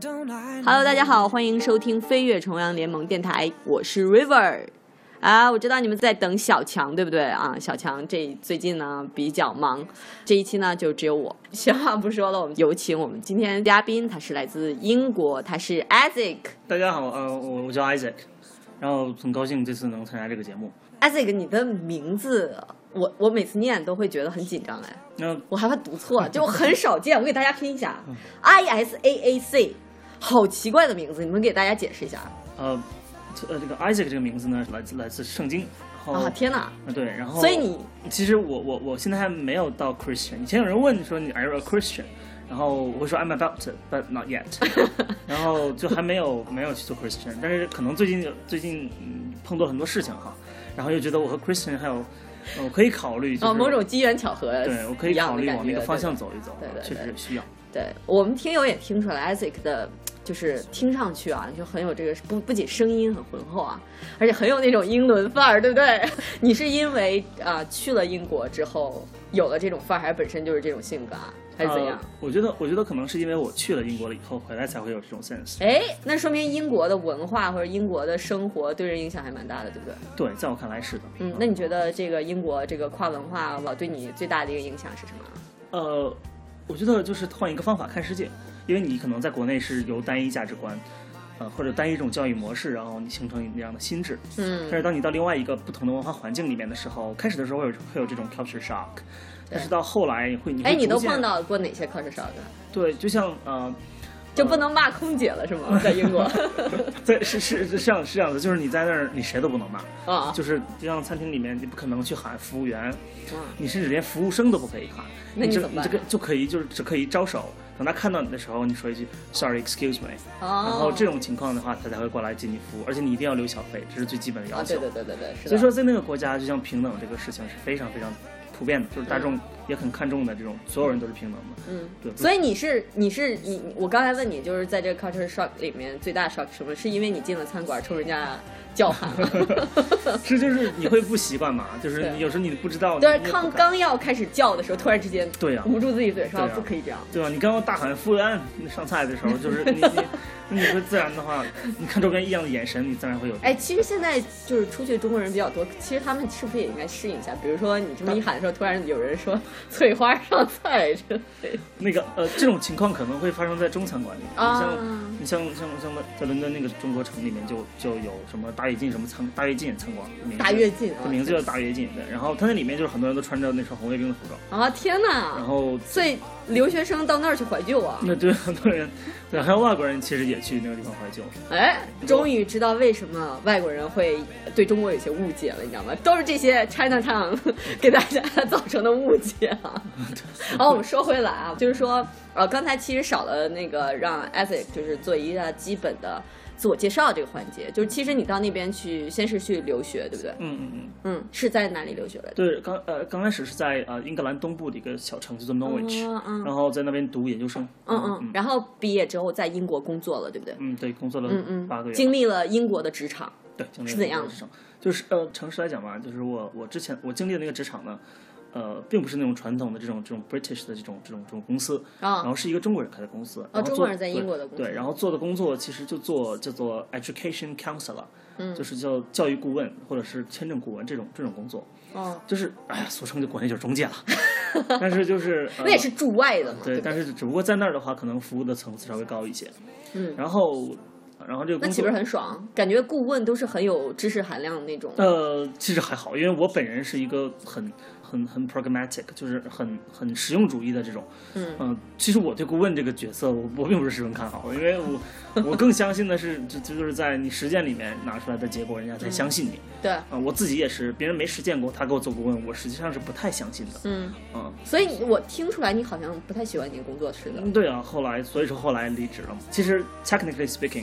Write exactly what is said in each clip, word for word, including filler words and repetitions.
Hello， 大家好，欢迎收听飞跃重阳联盟电台，我是 River。啊，我知道你们在等小强，对不对啊？小强这最近呢比较忙，这一期呢就只有我。闲话不说了，我们有请我们今天的嘉宾，他是来自英国，他是 Isaac。 大家好，呃，我我叫 Isaac， 然后很高兴这次能参加这个节目。 Isaac， 你的名字我我每次念都会觉得很紧张哎， 嗯， 我害怕读错，就很少见。我给大家拼一下 ，I S A A C， 好奇怪的名字，你们给大家解释一下。 呃。呃，这个 Isaac 这个名字呢，来自来自圣经。 啊，天哪！ 呃，对，然后所以你其实我我我现在还没有到 Christian。以前有人问说你 Are you a Christian？ 然后我会说 I'm about to, but not yet 。然后就还没有没有去做 Christian， 但是可能最近最近、嗯、碰到很多事情哈，然后又觉得我和 Christian 还有。呃、我可以考虑、就是， 哦，某种机缘巧合， 对，我可以考虑往那个方向走一走， 对对对对， 确实需要。 对，我们听友也听出来 ，Isaac 的，就是听上去啊，就很有这个不不仅声音很浑厚啊，而且很有那种英伦范儿，对不对？你是因为啊、呃、去了英国之后有了这种范儿，还是本身就是这种性格啊？还是怎样、 呃？我觉得，我觉得可能是因为我去了英国了以后，回来才会有这种 sense。 哎，那说明英国的文化或者英国的生活对人影响还蛮大的，对不对？ 对，在我看来是的。 嗯，那你觉得这个英国这个跨文化对你最大的一个影响是什么？ 呃，我觉得就是换一个方法看世界，因为你可能在国内是由单一价值观。呃，或者单一种教育模式，然后你形成那样的心智。 嗯， 但是当你到另外一个不同的文化环境里面的时候，开始的时候会有会有这种 culture shock， 但是到后来会你会哎，你都碰到过哪些 culture shock？ 对，就像呃， 就不能骂空姐了是吗？在英国？ 对，是是是这样是这样的，就是你在那儿你谁都不能骂啊， 就是就像餐厅里面你不可能去喊服务员， 嗯、 你甚至连服务生都不可以喊， 那你怎么办？ 你这个就可以就是只可以招手。等他看到你的时候，你说一句 “Sorry, excuse me”，、 哦、 然后这种情况的话，他才会过来接你服务，而且你一定要留小费，这是最基本的要求。 啊、对对对对对，是的。 所以说，在那个国家，就像平等这个事情是非常非常普遍的，就是大众也很看重的这种，嗯、所有人都是平等的。 嗯， 对。 所以你是你是你，我刚才问你，就是在这个 culture shock 里面最大 shock 什么？是因为你进了餐馆冲人家叫喊了？ 是，就是你会不习惯嘛？就是你有时候你不知道， 对，刚刚要开始叫的时候，突然之间， 对呀、啊， 捂住自己嘴说、 啊、 不可以这样， 对吧？你刚刚大喊服务员上菜的时候，就是你你你会自然的话，你看周边异样的眼神，你自然会有。 哎，其实现在就是出去中国人比较多，其实他们是不是也应该适应一下？比如说你这么一喊的时候，突然有人说翠花上菜之类的。 那个呃，这种情况可能会发生在中餐馆里。 啊、 你像你像像像在伦敦那个中国城里面就就有什么大跃进什么餐大跃进餐馆， 大跃进， 它名字叫大跃进，对。然后它那里面就是很多人都穿着那身红卫兵的服装。 啊天哪！ 然后所以留学生到那儿去怀旧啊？ 那对很多人，对，还有外国人其实也去那个地方怀旧。 哎，终于知道为什么外国人会对中国有些误解了，你知道吗？都是这些 Chinatown 给大家造成的误解啊。好，我们说回来啊，就是说，呃，刚才其实少了那个让 Isaac 就是做一个基本的自我介绍这个环节，就是其实你到那边去，先是去留学，对不对？ 嗯嗯嗯嗯，是在哪里留学来的？ 对，刚呃刚开始是在呃英格兰东部的一个小城叫做 Norwich，、 嗯嗯、 然后在那边读研究生。 嗯嗯，嗯然后毕业之后在英国工作了，对不对？ 嗯，对，工作了八个月， 嗯嗯、经历了英国的职场。 对，经历了是怎样的职场？就是呃，诚实来讲吧，就是我我之前我经历的那个职场呢。呃，并不是那种传统的这种这种 British 的这种这种这种公司， 哦、 然后是一个中国人开的公司。 哦， 然后中国人在英国的公司。 对，然后做的工作其实就做叫做 education counselor， 嗯， 就是叫教育顾问或者是签证顾问这种这种工作。 哦， 就是哎呀，俗称就国内就是中介了。但是就是、呃、 那也是驻外的嘛。 对， 对但是只不过在那儿的话，可能服务的层次稍微高一些。 嗯， 然后。然后这个工作那岂不是很爽？感觉顾问都是很有知识含量的那种。 呃，其实还好，因为我本人是一个很很很 pragmatic， 就是很很实用主义的这种。 嗯嗯、呃，其实我对顾问这个角色，我我并不是十分看好，因为我我更相信的是，就就是在你实践里面拿出来的结果，人家才相信你。 嗯、对。啊、 呃，我自己也是，别人没实践过，他给我做顾问，我实际上是不太相信的。 嗯嗯， 所以我听出来你好像不太喜欢你的工作似的。 嗯，对啊，后来所以说后来离职了嘛。其实 technically speaking。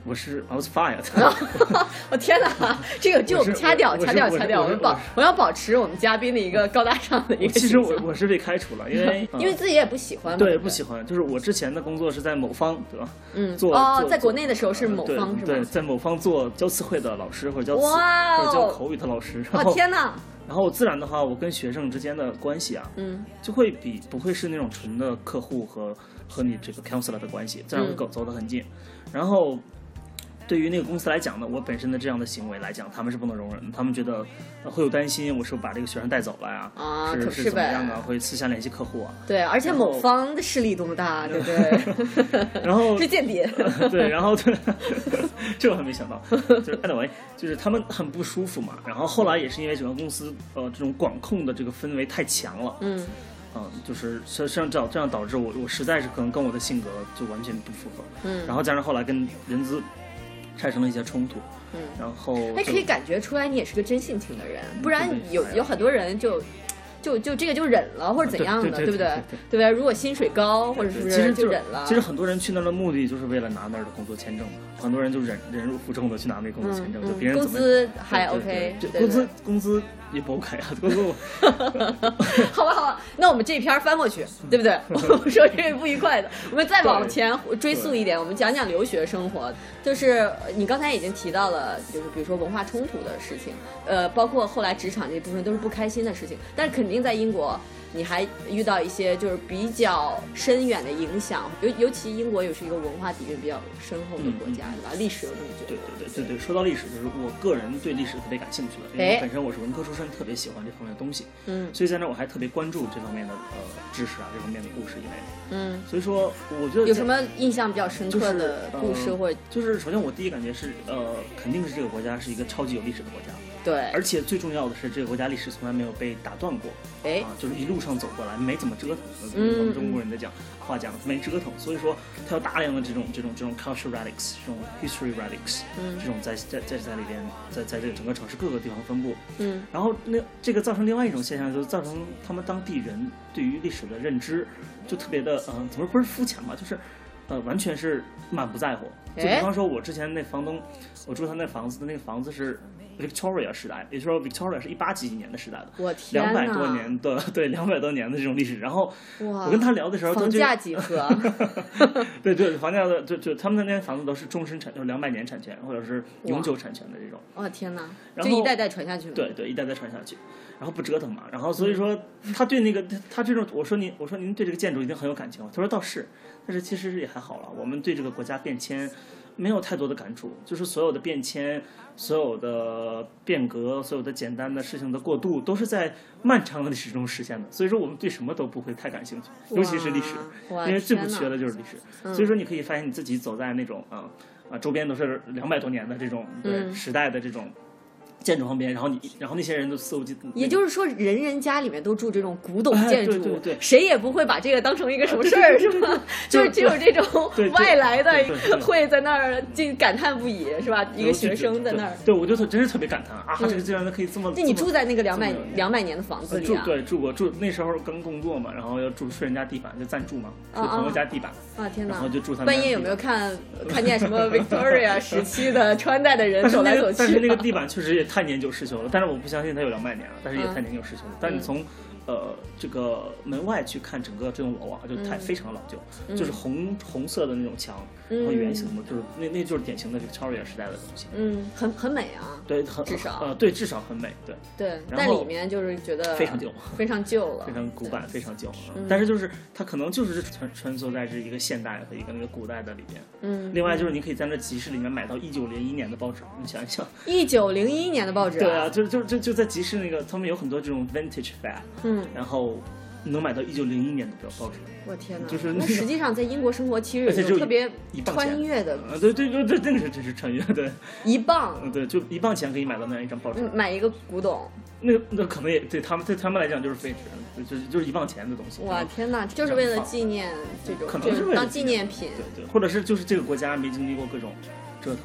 我是 I was fired 我天哪，这个就掐掉掐掉掐掉，我们保我要保持我们嘉宾的一个高大上的一个其实我我是被开除了，因为因为自己也不喜欢， 对，不喜欢。就是我之前的工作是在某方，对吧？ 嗯， 做哦，在国内的时候是某方是吧？ 对，在某方做教词汇的老师或者教词哇、 或者教口语的老师。 哇天哪！ 然后自然的话，我跟学生之间的关系啊， 嗯， 就会比不会是那种纯的客户和和你这个 counselor 的关系，自然会走走得很近。嗯、然后对于那个公司来讲呢，我本身的这样的行为来讲，他们是不能容忍的，他们觉得、呃、会有担心，我是不是把这个学生带走了呀？ 啊， 是可是是怎么样啊？会私下联系客户啊？ 对，而且某方的势力多么大，对不对？ 然后是间谍。 对，然后对，这我还没想到，就是 anyway， 就是他们很不舒服嘛。然后后来也是因为整个公司呃这种管控的这个氛围太强了， 嗯。 嗯，就是实际上这样这样导致我我实在是可能跟我的性格就完全不符合， 嗯， 然后加上后来跟人资产生了一些冲突， 嗯， 然后哎，可以感觉出来你也是个真性情的人，不然有有很多人就就就这个就忍了或者怎样的，对不对？对不对？如果薪水高或者是不是就忍了？ 其实很多人去那儿的目的就是为了拿那儿的工作签证，很多人就忍忍辱负重的去拿那工作签证，就别人工资还 OK， 工资工资也不 OK 啊，工资。 好吧好吧，那我们这篇翻过去，对不对？我们说这个不愉快的，我们再往前追溯一点，我们讲讲留学生活。就是你刚才已经提到了，就是比如说文化冲突的事情，呃，包括后来职场这部分都是不开心的事情，但是肯定在英国。你还遇到一些就是比较深远的影响，尤尤其英国也是一个文化底蕴比较深厚的国家，对吧？历史有这么久。 对对对对对，说到历史，就是我个人对历史特别感兴趣的，因为本身我是文科出身，特别喜欢这方面的东西。嗯，所以在那我还特别关注这方面的呃知识啊，这方面的故事一类。嗯，所以说我觉得有什么印象比较深刻的故事，或者就是首先我第一感觉是呃，肯定是这个国家是一个超级有历史的国家。 对， 而且最重要的是，这个国家历史从来没有被打断过， 哎、 啊，就是一路上走过来，没怎么折腾。嗯，我们中国人在讲话讲没折腾，所以说它有大量的这种这种这种 culture relics， 这种 history relics， 嗯，这种在在在在里边，在在这个整个城市各个地方分布。嗯，然后那这个造成另外一种现象，就是造成他们当地人对于历史的认知就特别的，嗯、呃，怎么不是肤浅吧，就是。呃，完全是满不在乎。就比方说，我之前那房东，我住他那房子的那个房子是 Victoria 时代，也就是说 Victoria 是一八几几年的时代的， 我天哪， 两百多年的，对，两百多年的这种历史。然后我跟他聊的时候， 房价几何？ 对对，房价的就就他们的那些房子都是终身产，就是两百年产权或者是永久产权的这种。 哦天哪，就一代代传下去了。 对对，一代代传下去。然后不折腾嘛，然后所以说他对那个他这种，我说您我说您对这个建筑一定很有感情，他说倒是，但是其实也还好了，我们对这个国家变迁没有太多的感触，就是所有的变迁、所有的变革、所有的简单的事情的过渡，都是在漫长的历史中实现的，所以说我们对什么都不会太感兴趣，尤其是历史，因为最不缺的就是历史，所以说你可以发现你自己走在那种啊啊周边都是两百多年的这种对时代的这种。建筑旁边，然后你，然后那些人都肆无忌惮。 也就是说，人人家里面都住这种古董建筑， 哎、对对对， 谁也不会把这个当成一个什么事儿，是吧？就是只有这种外来的会在那儿就感叹不已，是吧？一个学生在那儿， 对，我就真是特别感叹啊， 嗯、 这个竟然可以这么。 就你住在那个两百两百年的房子里啊？住对住过住，那时候刚工作嘛，然后要住睡人家地板，就暂住嘛，睡朋友家地板。 啊天哪！ 然后就住他半夜有没有看看见什么 Victoria 时期的穿戴的人走来走去？ 但是那个地板确实也太年久失修了。但是我不相信它有两百年了，但是也太年久失修了。嗯、但是从呃这个门外去看整个这栋楼啊，就太、嗯、非常老旧，嗯、就是红红色的那种墙， 嗯、 然后圆形的，就是那那就是典型的这个 Victoria 时代的东西。 嗯，很很美啊。 对，很至少呃对至少很美，对对。但里面就是觉得非常旧， 非常旧了， 非常古板，非常旧。嗯、但是就是它可能就是穿穿梭在这一个现代和一个那个古代的里边。嗯。另外就是你可以在那集市里面买到一九零一年的报纸，你想一想。 一九零一年的报纸、啊。 对啊，就就就就在集市那个，他们有很多这种 vintage fair， 嗯，然后能买到一九零一年的报纸。 我天哪！ 就是那实际上在英国生活其实有一种特别穿越的， 啊，对对对对，那个是真是穿越，对， 一磅， 嗯，对，就一磅钱可以买到那样一张报纸， 买一个古董， 那那可能也对他们对他们来讲就是废纸，就是就是一磅钱的东西。 哇天哪，就是为了纪念这种， 可能是为了当纪念品， 对对，或者是就是这个国家没经历过各种折腾。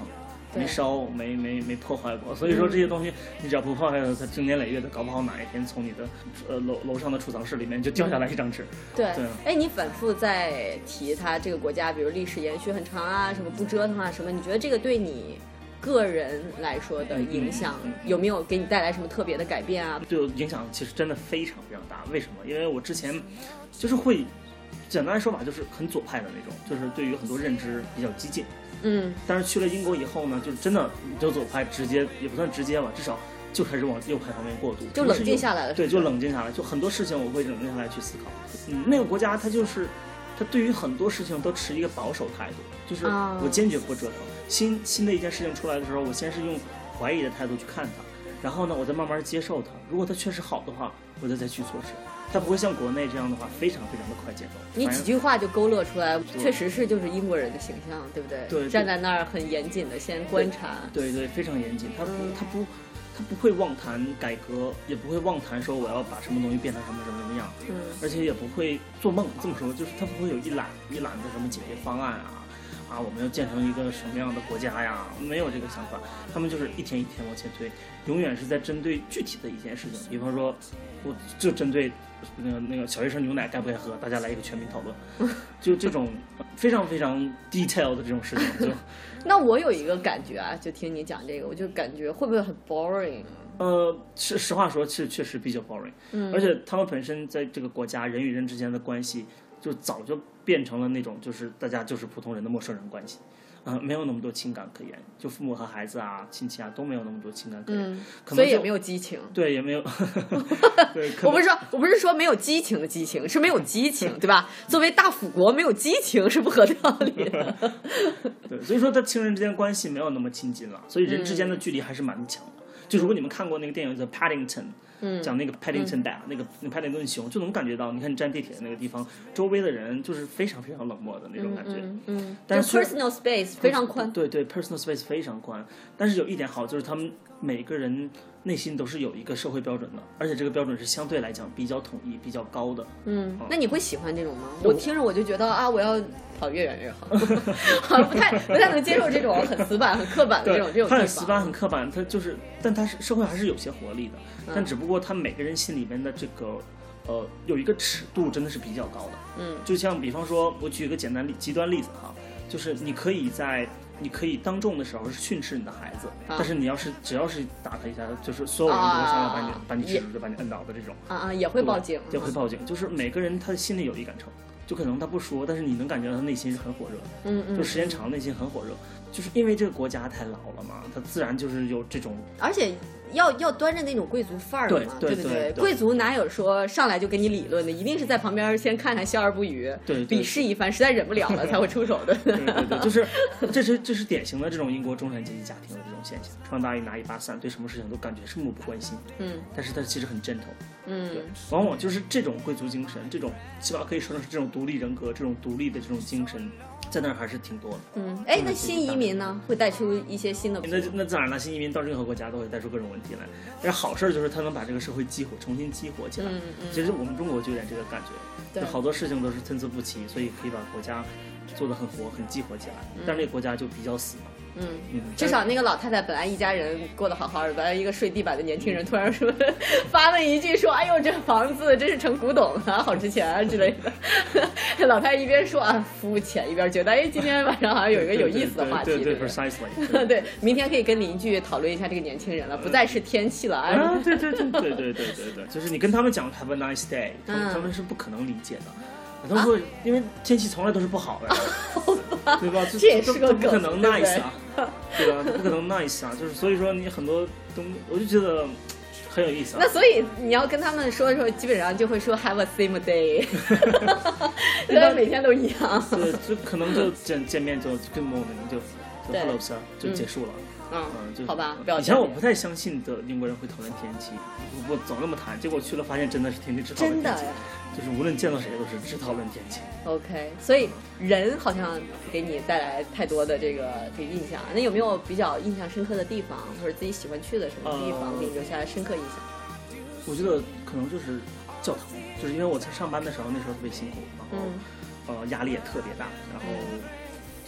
没烧，没没没破坏过。所以说这些东西，你只要不破坏它，它经年累月的，搞不好哪一天从你的呃楼楼上的储藏室里面就掉下来一张纸。 对，哎，你反复在提它这个国家，比如历史延续很长啊，什么不折腾啊，什么，你觉得这个对你个人来说的影响、嗯嗯嗯、有没有给你带来什么特别的改变啊？ 对我影响其实真的非常非常大。为什么？因为我之前就是会简单来说吧，就是很左派的那种，就是对于很多认知比较激进。 嗯， 但是去了英国以后呢，就是真的就左派直接也不算直接吧，至少就开始往右派方面过渡， 就冷静下来了。 对，就冷静下来，就很多事情我会冷静下来去思考。嗯，那个国家它就是它对于很多事情都持一个保守态度，就是我坚决不折腾。Oh. 新新的一件事情出来的时候，我先是用怀疑的态度去看它，然后呢，我再慢慢接受它。如果它确实好的话，我再再去措施。它不会像国内这样的话，非常非常的快节奏。 你几句话就勾勒出来，确实是就是英国人的形象，对不对？ 对， 站在那儿很严谨的先观察。 对 对, 对，非常严谨。他不，他不，他不会妄谈改革，也不会妄谈说我要把什么东西变成什么什么什么样。 嗯， 而且也不会做梦。这么说，就是他不会有一揽一揽的什么解决方案啊。啊，我们要建成一个什么样的国家呀？没有这个想法，他们就是一天一天往前推，永远是在针对具体的一件事情。比方说，我就针对那个那个小学生牛奶该不该喝，大家来一个全民讨论，就这种非常非常 detail 的这种事情。就那我有一个感觉啊，就听你讲这个，我就感觉会不会很 boring？ 呃，实实话说，是确实比较 boring。嗯，而且他们本身在这个国家人与人之间的关系。就早就变成了那种就是大家就是普通人的陌生人关系，嗯、呃，没有那么多情感可言，就父母和孩子啊、亲戚啊都没有那么多情感可言， 嗯，可能所以也没有激情， 对，也没有。对， 我不是说我不是说没有激情的激情，是没有激情，对吧？作为大腐国，没有激情是不合道理的。 对，所以说他亲人之间关系没有那么亲近了，所以人之间的距离还是蛮强的。嗯、就如果你们看过那个电影叫《Paddington》。嗯，讲那个 Paddington Bear、嗯、那个那帕丁顿熊，就能感觉到，你看你站地铁的那个地方，周围的人就是非常非常冷漠的那种感觉。 嗯，嗯嗯但是 personal space 非常宽。 对对 ，personal space 非常宽。但是有一点好，就是他们每个人内心都是有一个社会标准的，而且这个标准是相对来讲比较统一、比较高的。 嗯，嗯那你会喜欢这种吗？我听着我就觉得啊，我要跑越远越好，不太不太能接受这种很死板、很刻板的这种这种。 它很死板、很刻板，它就是，但它是社会还是有些活力的。但只不过他每个人心里面的这个，呃，有一个尺度真的是比较高的。 嗯， 就像比方说，我举一个简单例极端例子哈，就是你可以在你可以当众的时候是训斥你的孩子，啊、但是你要是只要是打他一下，就是所有人都会想要把你、啊、把你制止，就把你摁倒的这种。 啊啊，也会报警。 也会报警，就是每个人他的心里有一杆秤，就可能他不说，但是你能感觉到他内心是很火热。 嗯嗯。 就时间长，内心很火热，就是因为这个国家太老了嘛，他自然就是有这种， 而且。要要端着那种贵族范儿的嘛， 对不对, 对, 对？贵族哪有说上来就跟你理论的？一定是在旁边先看看笑而不语， 对， 鄙视一番，实在忍不了了才会出手的。 对对对，就是这是这是典型的这种英国中产阶级家庭的这种现象，穿大衣拿一把伞，对什么事情都感觉是漠不关心。 嗯， 但是他其实很 gentle。 嗯， 对，往往就是这种贵族精神，这种起码可以说成是这种独立人格、这种独立的这种精神。在那儿还是挺多的。 嗯，哎，那新移民呢，会带出一些新的？ 那那自然了，新移民到任何国家都会带出各种问题来。但是好事就是他能把这个社会激活，重新激活起来。 嗯嗯。 其实我们中国就有点这个感觉，就好多事情都是参差不齐，所以可以把国家做得很活、很激活起来。嗯、但是那个国家就比较死嘛。 嗯嗯，至少那个老太太本来一家人过得好好的，本来一个睡地板的年轻人突然说发问一句说：“哎呦，这房子真是成古董啊，好值钱啊之类的。”老太太一边说啊肤浅，一边觉得哎，今天晚上好像有一个有意思的话题。 对对对 ，precisely。 对，明天可以跟邻居讨论一下这个年轻人了，不再是天气了啊。 啊对对对对对对对对，就是你跟他们讲 Have a nice day， 他们、嗯、他们是不可能理解的。他们会、啊、因为天气从来都是不好的，啊、对吧？ 这也是个梗， 不可能 nice 啊，对吧？不可能 nice 啊，就是所以说你很多东，我就觉得很有意思啊。 那所以你要跟他们说的时候，基本上就会说 Have a same day， 因为每天都一样。 对，就可能就见见面就 Good morning 就就 Hello sir 就结束了。 嗯， 嗯，就好吧。 以前我不太相信的英国人会讨论天气，我总那么谈，结果去了发现真的是天天只讨论天气，就是无论见到谁都是只讨论天气。 OK， 所以人好像给你带来太多的这个这个印象。那有没有比较印象深刻的地方，或者自己喜欢去的什么地方，给你留下来深刻印象？ 我觉得可能就是教堂，就是因为我在上班的时候那时候特别辛苦，然后、嗯、呃压力也特别大，然后。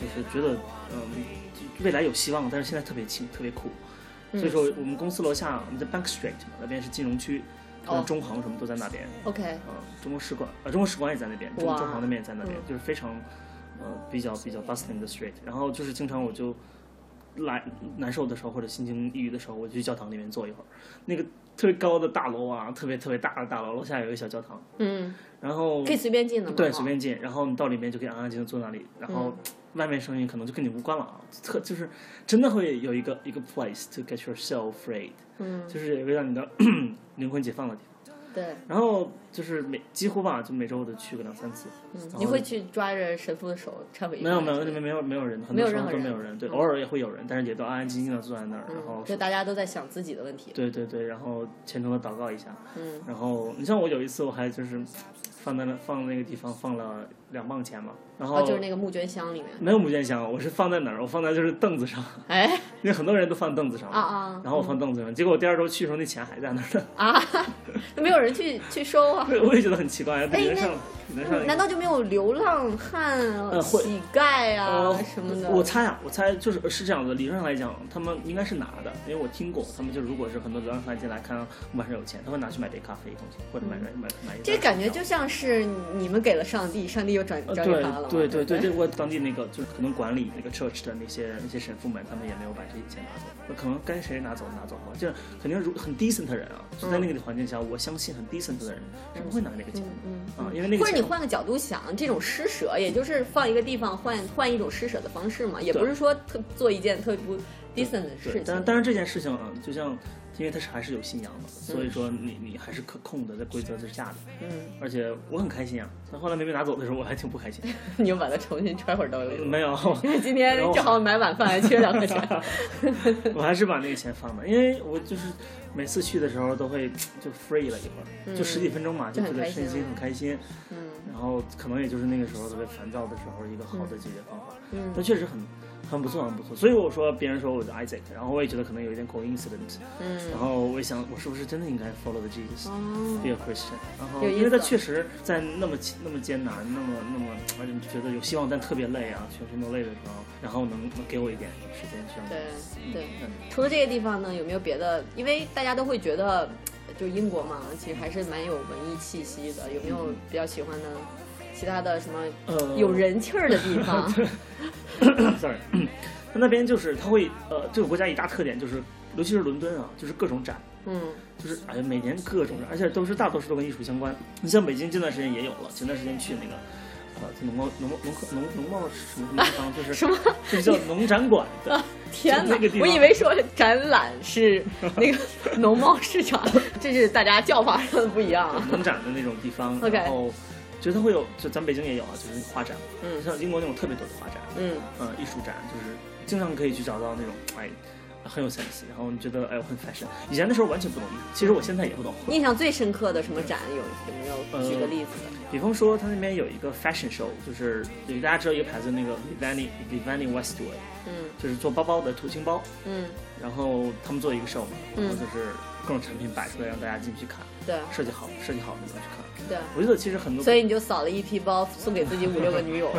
就是觉得嗯未来有希望，但是现在特别轻特别苦。所以说我们公司楼下我们在 Bank Street 嘛，那边是金融区，就是中行什么都在那边。 OK， 嗯，中国使馆呃中国使馆也在那边，中中行那边也在那边， 嗯、 就是非常呃比较比较 bustling 的 street。然后就是经常我就来难受的时候或者心情抑郁的时候，我就去教堂里面坐一会儿。那个特别高的大楼啊，特别特别大的大楼，楼下有一个小教堂。 嗯， 然后可以随便进的吗？ 对，随便进。然后你到里面就可以安安静静坐那里，然后。嗯，外面声音可能就跟你无关了啊，特就是真的会有一个一个 place to get yourself freed， 嗯， 就是有一个让你的灵魂解放的地方。 对， 然后就是每几乎吧，就每周我都去个两三次。 嗯，你会去抓着神父的手忏悔？ 没有没有，那边没有没有人，很多时候都没有人，对， 嗯、 偶尔也会有人，但是也都安安静静的坐在那儿， 嗯、 然后就大家都在想自己的问题。 对对对，然后虔诚的祷告一下。 嗯， 然后你像我有一次我还就是放在那放那个地方放了两磅钱嘛。然后、 哦、就是那个募捐箱里面没有募捐箱，我是放在哪儿？我放在就是凳子上。 哎， 因为很多人都放凳子上啊啊， 然后我放凳子上，嗯、结果我第二周去的时候那钱还在那儿啊，没有人去去收啊。 对，我也觉得很奇怪，理论上理论上难道就没有流浪汉、 呃、 乞丐啊、 呃、 什么的？ 我猜啊，我猜就是是这样的，理论上来讲，他们应该是拿的，因为我听过，他们就如果是很多流浪汉进来看我晚上有钱，他会拿去买杯咖啡东西，或者买买买买一。 这感觉就像是你们给了上帝，上帝又转转给他了。 对对对对，我当地那个就是可能管理那个 church 的那些那些神父们，他们也没有把这些钱拿走，可能该谁拿走拿走吧。就肯定如很 decent 的人啊，就在那个环境下，我相信很 decent 的人是不会拿那个钱， 嗯嗯啊，因为那个。 或者你换个角度想，这种施舍也就是放一个地方换换一种施舍的方式嘛，也不是说特做一件特别不 decent 的事情。 但当然这件事情啊，就像。因为他是还是有信仰的，所以说你你还是可控的，在规则之下的。 嗯， 而且我很开心啊。但后来没被拿走的时候，我还挺不开心。 你又把它重新揣回兜里了？ 没有， 因为今天正好买晚饭，还缺两块钱。 我还是把那个钱放了，因为我就是每次去的时候都会就 free 了一会儿， 嗯、 就十几分钟嘛， 就觉得身心很开心。 嗯， 然后可能也就是那个时候特别烦躁的时候，一个好的解决方法。 嗯， 但确实很。很不错，很不错。所以我说，别人说我是 Isaac， 然后我也觉得可能有一点 coincidence。嗯。然后我想，我是不是真的应该 follow the Jesus，be、哦、a Christian？ 然后，因为他确实在那么那么艰难、那么那么而且觉得有希望，但特别累啊，全身都累的时候，然后能能给我一点时间去。 对对、嗯。除了这些地方呢，有没有别的？因为大家都会觉得，就英国嘛，其实还是蛮有文艺气息的。有没有比较喜欢的？其他的什么有人气儿的地方、 呃、？Sorry， 那那边就是它会呃，这个国家一大特点就是，尤其是伦敦啊，就是各种展， 嗯， 就是哎呀，每年各种展，而且都是大多数都跟艺术相关。你像北京这段时间也有了，前段时间去那个呃，农贸农农农农贸什么什么地方，就是什么， 就是叫农展馆的。 天哪！ 那个地方我以为说展览是那个农贸市场，这是大家叫法上的不一样啊。 农展的那种地方， okay. 然后。觉得会有，就咱北京也有啊，就是画展， 嗯， 像英国那种特别多的画展， 嗯， 呃，艺术展，就是经常可以去找到那种，哎，很有 sense， 然后你觉得哎我很 fashion。以前的时候完全不懂艺术，其实我现在也不懂。 你印象最深刻的什么展有有没有举个例子的？ 呃、比方说他那边有一个 fashion show， 就是有大家知道一个牌子那个 Vivienne Vivienne Westwood， 嗯， 就是做包包的土星包， 嗯， 然后他们做一个 show 嘛，然后就是各种产品摆出来让大家进去看， 对， 设计好设计好的地方去看。 对， 我觉得其实很多， 所以你就扫了一批包送给自己五六个女友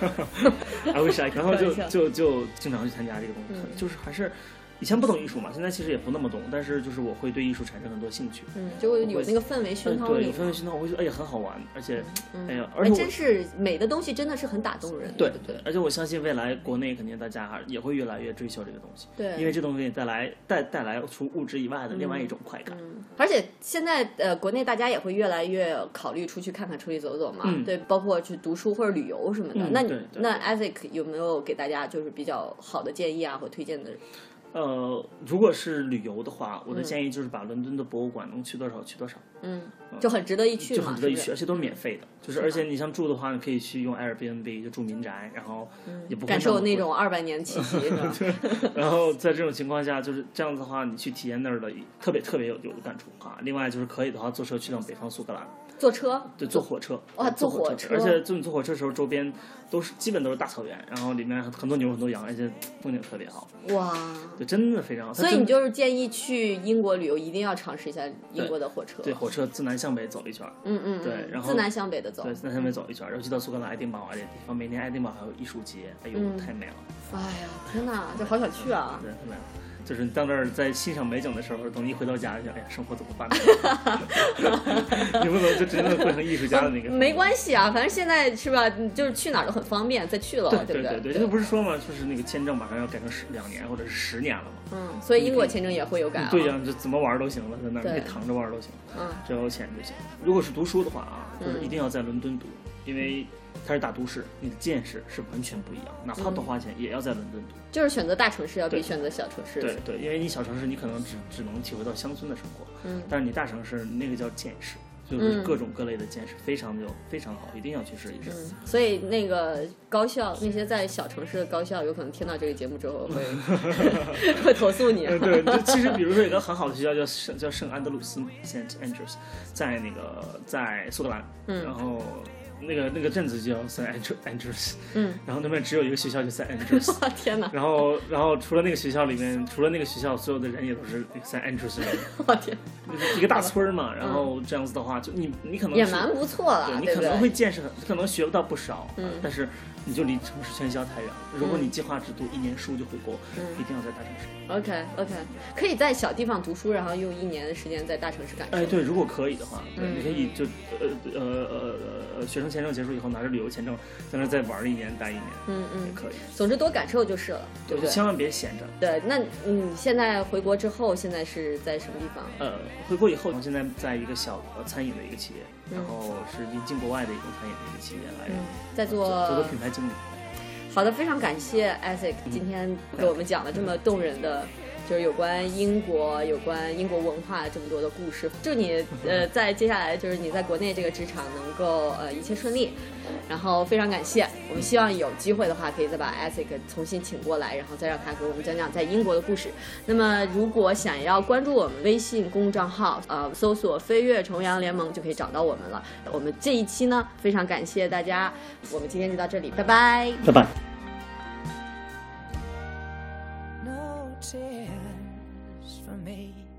，I wish I， 然后就就就经常去参加这个东西， 嗯、 就是还是以前不懂艺术嘛，现在其实也不那么懂，但是就是我会对艺术产生很多兴趣， 嗯，就有那个氛围熏陶力、嗯，对，氛围熏陶，我会觉得哎呀很好玩，而且、 嗯、 哎呀，而且真是美的东西真的是很打动人， 对对对， 而且我相信未来国内肯定大家也会越来越追求这个东西， 对， 因为这东西带来带带来除物质以外的另外一种快感， 嗯，而且现在呃国内大家也会越来越考虑出去看看、出去走走嘛， 嗯、 对，包括去读书或者旅游什么的。 嗯、 那对对那 Isaac 有没有给大家就是比较好的建议啊，或推荐的？ 呃，如果是旅游的话，我的建议就是把伦敦的博物馆能去多少去多少， 嗯，就很值得一去嘛， 就很值得一去， 是而且都是免费的，就是而且你像住的话，你可以去用 Airbnb 就住民宅，然后也不会感受那种二百年气息，是吧？ 然后在这种情况下，就是这样子的话，你去体验那儿的特别特别有有的感触啊。另外就是可以的话，坐车去趟北方苏格兰。 坐车？ 对，坐火车。 哇，坐火车， 而且坐你坐火车的时候，周边都是基本都是大草原，然后里面很多牛很多羊，而且风景特别好。 哇， 对，真的非常好。 所以你就是建议去英国旅游，一定要尝试一下英国的火车。 对，对火车自南向北走一圈。 嗯嗯。 对，然后自南向北的走。 对，自南向北走一圈，然后去到苏格兰爱丁堡啊这些地方，每年爱丁堡还有艺术节，哎呦，嗯、太美了。 哎呀，天哪，这好想去啊！ 对，太美了。就是你到那儿在欣赏美景的时候，等你回到家就哎呀，生活怎么办呢？你不能就真的变成艺术家的那个。 没关系啊，反正现在是吧，就是去哪儿都很方便，再去了， 对不对？ 对对对，这不是说嘛，就是那个签证马上要改成十两年或者是十年了嘛。 嗯，所以英国签证也会有改、啊。 对呀、啊，就怎么玩都行了，在那儿可以躺着玩都行。嗯，只要有钱就行。如果是读书的话啊，就是一定要在伦敦读，嗯、因为它是大都市，你的见识是完全不一样，哪怕多花钱也要在伦敦读。 嗯、就是选择大城市要比选择小城市。 对 对, 对，因为你小城市你可能只只能体会到乡村的生活，嗯，但是你大城市那个叫见识。就是各种各类的见识，嗯、非常有非常好，一定要去试一试。 嗯、所以那个高校，那些在小城市的高校，有可能听到这个节目之后会会投诉你。 对，就其实比如说有一个很好的学校叫圣叫圣安德鲁斯 Saint Andrews， 在那个在苏格兰，嗯，然后那个那个镇子叫 Saint Andrews， 嗯，然后那边只有一个学校叫 Saint Andrews。 天哪！ 然后然后除了那个学校里面，除了那个学校，所有的人也都是 Saint Andrews 人。 我天！ 一个大村嘛，然后这样子的话，就你你可能也蛮不错了， 对，你可能会见识很，可能学不到不少， 嗯， 但是你就离城市喧嚣太远了。如果你计划只读一年书就回国，嗯，一定要在大城市。 OK OK， 可以在小地方读书，然后用一年的时间在大城市感受。 哎，对，如果可以的话，对，嗯、你可以就呃呃呃呃学生签证结束以后，拿着旅游签证在那再玩一年，待一年， 嗯嗯， 也可以。 总之多感受就是了，对不对？ 千万别闲着。 对，那你现在回国之后，现在是在什么地方？ 呃，回国以后，我现在在一个小餐饮的一个企业， 嗯、 然后是引进国外的一个餐饮的一个企业来， 嗯、在做做做品牌经理。 好的，非常感谢 Isaac 今天给我们讲了这么动人的。就是有关英国、有关英国文化这么多的故事，祝你呃在接下来就是你在国内这个职场能够呃一切顺利，然后非常感谢，我们希望有机会的话可以再把 Isaac 重新请过来，然后再让他给我们讲讲在英国的故事。那么如果想要关注我们微信公众账号，呃搜索飞跃重阳联盟就可以找到我们了。我们这一期呢非常感谢大家，我们今天就到这里，拜拜， 拜拜。 Tears for me.